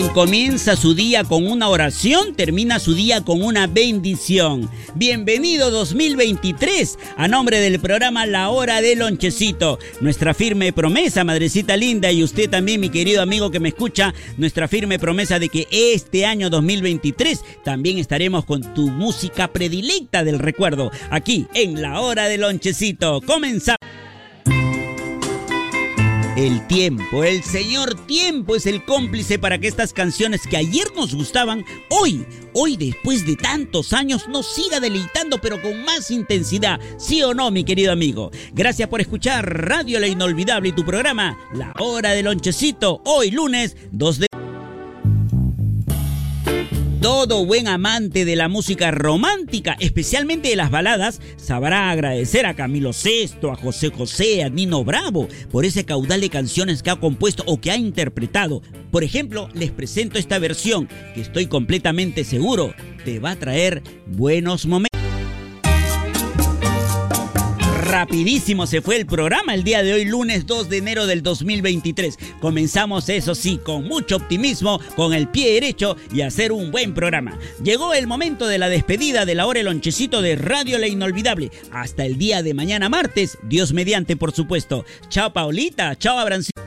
comienza su día con una oración, termina su día con una bendición. Bienvenido 2023, a nombre del programa La Hora del Lonchecito. Nuestra firme promesa, madrecita linda, y usted también, mi querido amigo que me escucha, nuestra firme promesa de que este año 2023 también estaremos con tu música predilecta del recuerdo, aquí en La Hora del Lonchecito. Comenzamos. El tiempo, el señor tiempo es el cómplice para que estas canciones que ayer nos gustaban, hoy después de tantos años nos siga deleitando, pero con más intensidad. ¿Sí o no, mi querido amigo? Gracias por escuchar Radio La Inolvidable y tu programa La Hora del Lonchecito, hoy lunes 2 de... Todo buen amante de la música romántica, especialmente de las baladas, sabrá agradecer a Camilo Sesto, a José José, a Nino Bravo, por ese caudal de canciones que ha compuesto o que ha interpretado. Por ejemplo, les presento esta versión que estoy completamente seguro te va a traer buenos momentos. Rapidísimo se fue el programa el día de hoy, lunes 2 de enero del 2023. Comenzamos, eso sí, con mucho optimismo, con el pie derecho y hacer un buen programa. Llegó el momento de la despedida de La Hora del Lonchecito de Radio La Inolvidable. Hasta el día de mañana martes, Dios mediante, por supuesto. Chao, Paulita. Chao, Abrancito.